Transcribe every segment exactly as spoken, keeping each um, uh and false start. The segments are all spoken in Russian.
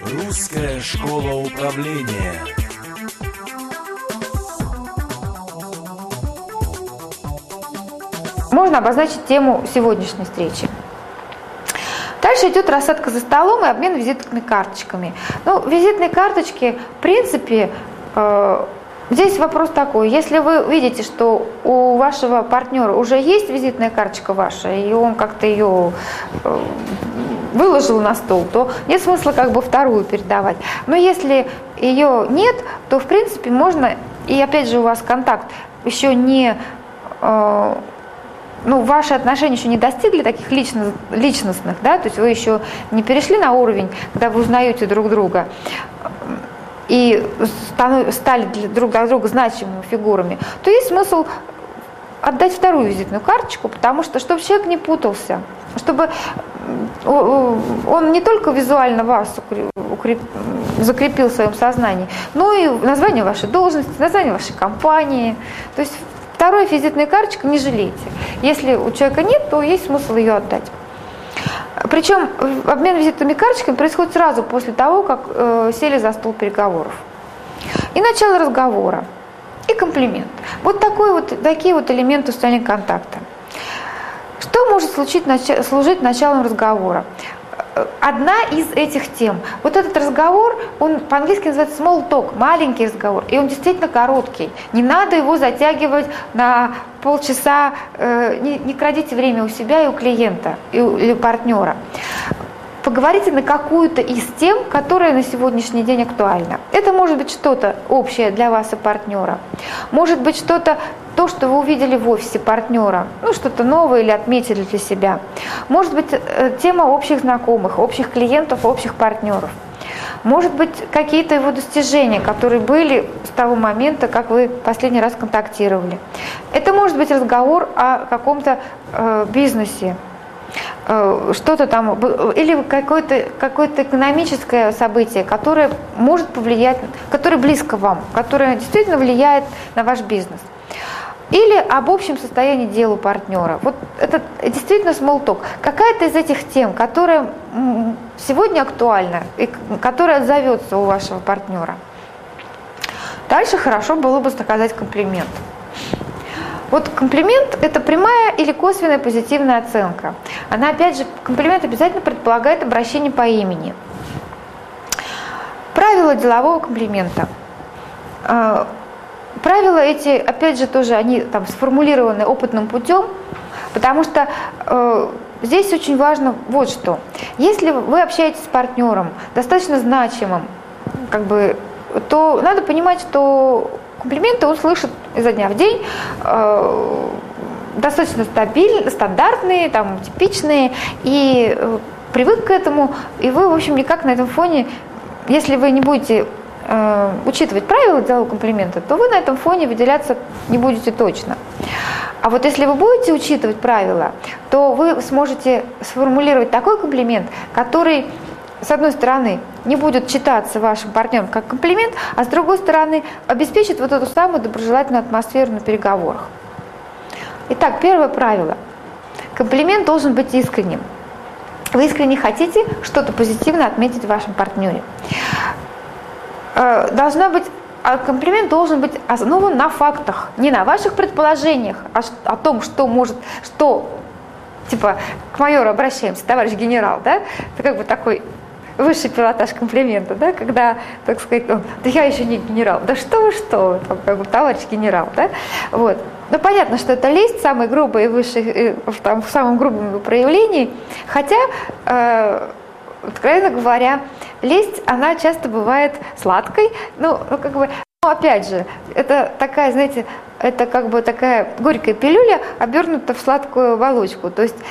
Русская школа управления. Можно обозначить тему сегодняшней встречи. Дальше идет рассадка за столом и обмен визитными карточками. Ну, визитные карточки, в принципе, э, здесь вопрос такой. Если вы видите, что у вашего партнера уже есть визитная карточка ваша, и он как-то ее э, выложил на стол, то нет смысла как бы вторую передавать. Но если ее нет, то, в принципе, можно, и опять же у вас контакт еще не... Э, ну, ваши отношения еще не достигли таких лично, личностных, да, то есть вы еще не перешли на уровень, когда вы узнаете друг друга и стали друг для друга значимыми фигурами, то есть смысл отдать вторую визитную карточку, потому что, чтобы человек не путался, чтобы он не только визуально вас укреп... закрепил в своем сознании, но и название вашей должности, название вашей компании, то есть вторая визитная карточка не жалейте. Если у человека нет, то есть смысл ее отдать. Причем обмен визитными карточками происходит сразу после того, как э, сели за стол переговоров. И начало разговора, и комплимент. Вот, такой вот такие вот элементы установления контакта. Что может случить, служить началом разговора? Одна из этих тем. Вот этот разговор, он по-английски называется small talk, маленький разговор, и он действительно короткий. Не надо его затягивать на полчаса, э, не, не крадите время у себя и у клиента, и у, и у партнера. Поговорите на какую-то из тем, которая на сегодняшний день актуальна. Это может быть что-то общее для вас и партнера. Может быть что-то, то, что вы увидели в офисе партнера, ну что-то новое или отметили для себя. Может быть тема общих знакомых, общих клиентов, общих партнеров. Может быть какие-то его достижения, которые были с того момента, как вы последний раз контактировали. Это может быть разговор о каком-то э, бизнесе, что-то там, или какое-то, какое-то экономическое событие, которое может повлиять, которое близко вам, которое действительно влияет на ваш бизнес. Или об общем состоянии дела у партнера. Вот это действительно small talk. Какая-то из этих тем, которая сегодня актуальна, и которая отзовется у вашего партнера. Дальше хорошо было бы сказать комплимент. Вот комплимент – это прямая или косвенная позитивная оценка. Она, опять же, комплимент обязательно предполагает обращение по имени. Правила делового комплимента. Правила эти, опять же, тоже они там сформулированы опытным путем, потому что э, здесь очень важно вот что. Если вы общаетесь с партнером, достаточно значимым, как бы, то надо понимать, что комплименты он слышит изо дня в день, э, достаточно стабильные, стандартные, там, типичные, и э, привык к этому, и вы, в общем, никак на этом фоне, если вы не будете э, учитывать правила делового комплимента, то вы на этом фоне выделяться не будете точно. А вот если вы будете учитывать правила, то вы сможете сформулировать такой комплимент, который, с одной стороны, не будет читаться вашим партнером как комплимент, а с другой стороны, обеспечит вот эту самую доброжелательную атмосферу на переговорах. Итак, первое правило. Комплимент должен быть искренним. Вы искренне хотите что-то позитивно отметить в вашем партнере. Должна быть, комплимент должен быть основан на фактах, не на ваших предположениях, а о том, что может, что, типа, к майору обращаемся, товарищ генерал, да, это как бы такой высший пилотаж комплимента, да, когда, так сказать, ну, да я еще не генерал, да что вы, что, там, как бы, товарищ генерал, да, вот. Ну, понятно, что это лесть, самый грубый и высший, там, в самом грубом его проявлении, хотя, э, откровенно говоря, лесть, она часто бывает сладкой, ну, ну как бы, ну, опять же, это такая, знаете, это как бы такая горькая пилюля, обернута в сладкую оболочку, то есть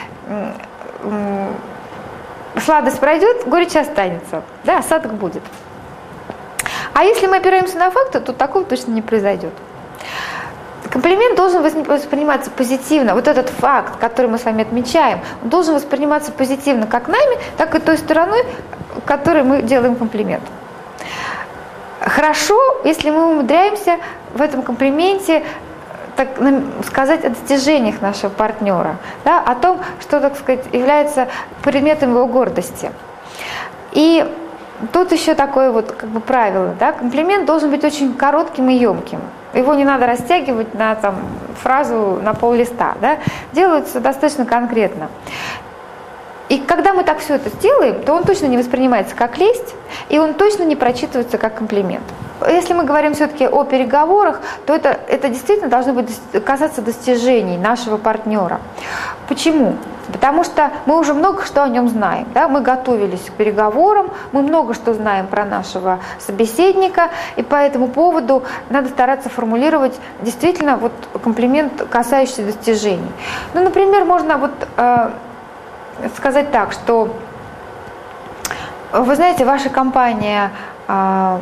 сладость пройдет, горечь останется, да, осадок будет. А если мы опираемся на факты, то такого точно не произойдет. Комплимент должен восприниматься позитивно. Вот этот факт, который мы с вами отмечаем, он должен восприниматься позитивно как нами, так и той стороной, которой мы делаем комплимент. Хорошо, если мы умудряемся в этом комплименте так сказать о достижениях нашего партнера, да, о том, что, так сказать, является предметом его гордости. И тут еще такое вот как бы правило, да, комплимент должен быть очень коротким и емким. Его не надо растягивать на там, фразу на пол-листа, да, делается достаточно конкретно. И когда мы так все это сделаем, то он точно не воспринимается как лесть, и он точно не прочитывается как комплимент. Если мы говорим все-таки о переговорах, то это, это действительно должно быть касаться достижений нашего партнера. Почему? Потому что мы уже много что о нем знаем. Да? Мы готовились к переговорам, мы много что знаем про нашего собеседника, и по этому поводу надо стараться формулировать действительно вот комплимент, касающийся достижений. Ну, например, можно вот... Э, сказать так, что, вы знаете, ваша компания э,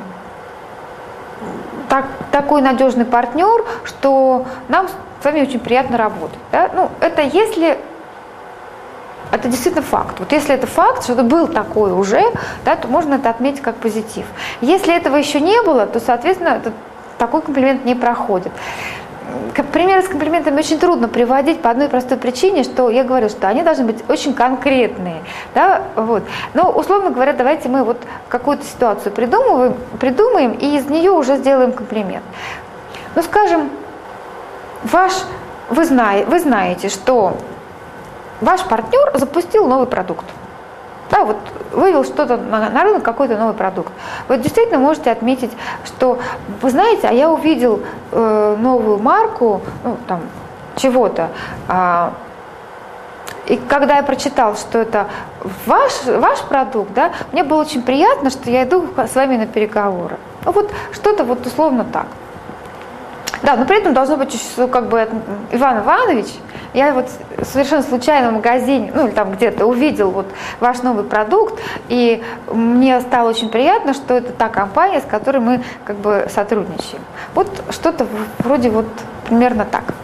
так, такой надежный партнер, что нам с вами очень приятно работать. Да? Ну, это если, это действительно факт. Вот если это факт, что это был такой уже, да, то можно это отметить как позитив. Если этого еще не было, то, соответственно, это, такой комплимент не проходит. Примеры с комплиментами очень трудно приводить по одной простой причине, что я говорю, что они должны быть очень конкретные. Да? Вот. Но, условно говоря, давайте мы вот какую-то ситуацию придумываем, придумаем и из нее уже сделаем комплимент. Ну, скажем, ваш, вы, знаете, вы знаете, что ваш партнер запустил новый продукт. Да, вот вывел что-то на, на рынок, какой-то новый продукт. Вы действительно можете отметить, что, вы знаете, а я увидел э, новую марку, ну, там, чего-то, э, и когда я прочитал, что это ваш, ваш продукт, да, мне было очень приятно, что я иду с вами на переговоры. Ну, вот что-то вот условно так. Да, но при этом должно быть как бы Иван Иванович, я вот совершенно случайно в магазине, ну или там где-то увидел вот ваш новый продукт, и мне стало очень приятно, что это та компания, с которой мы как бы сотрудничаем. Вот что-то вроде вот примерно так.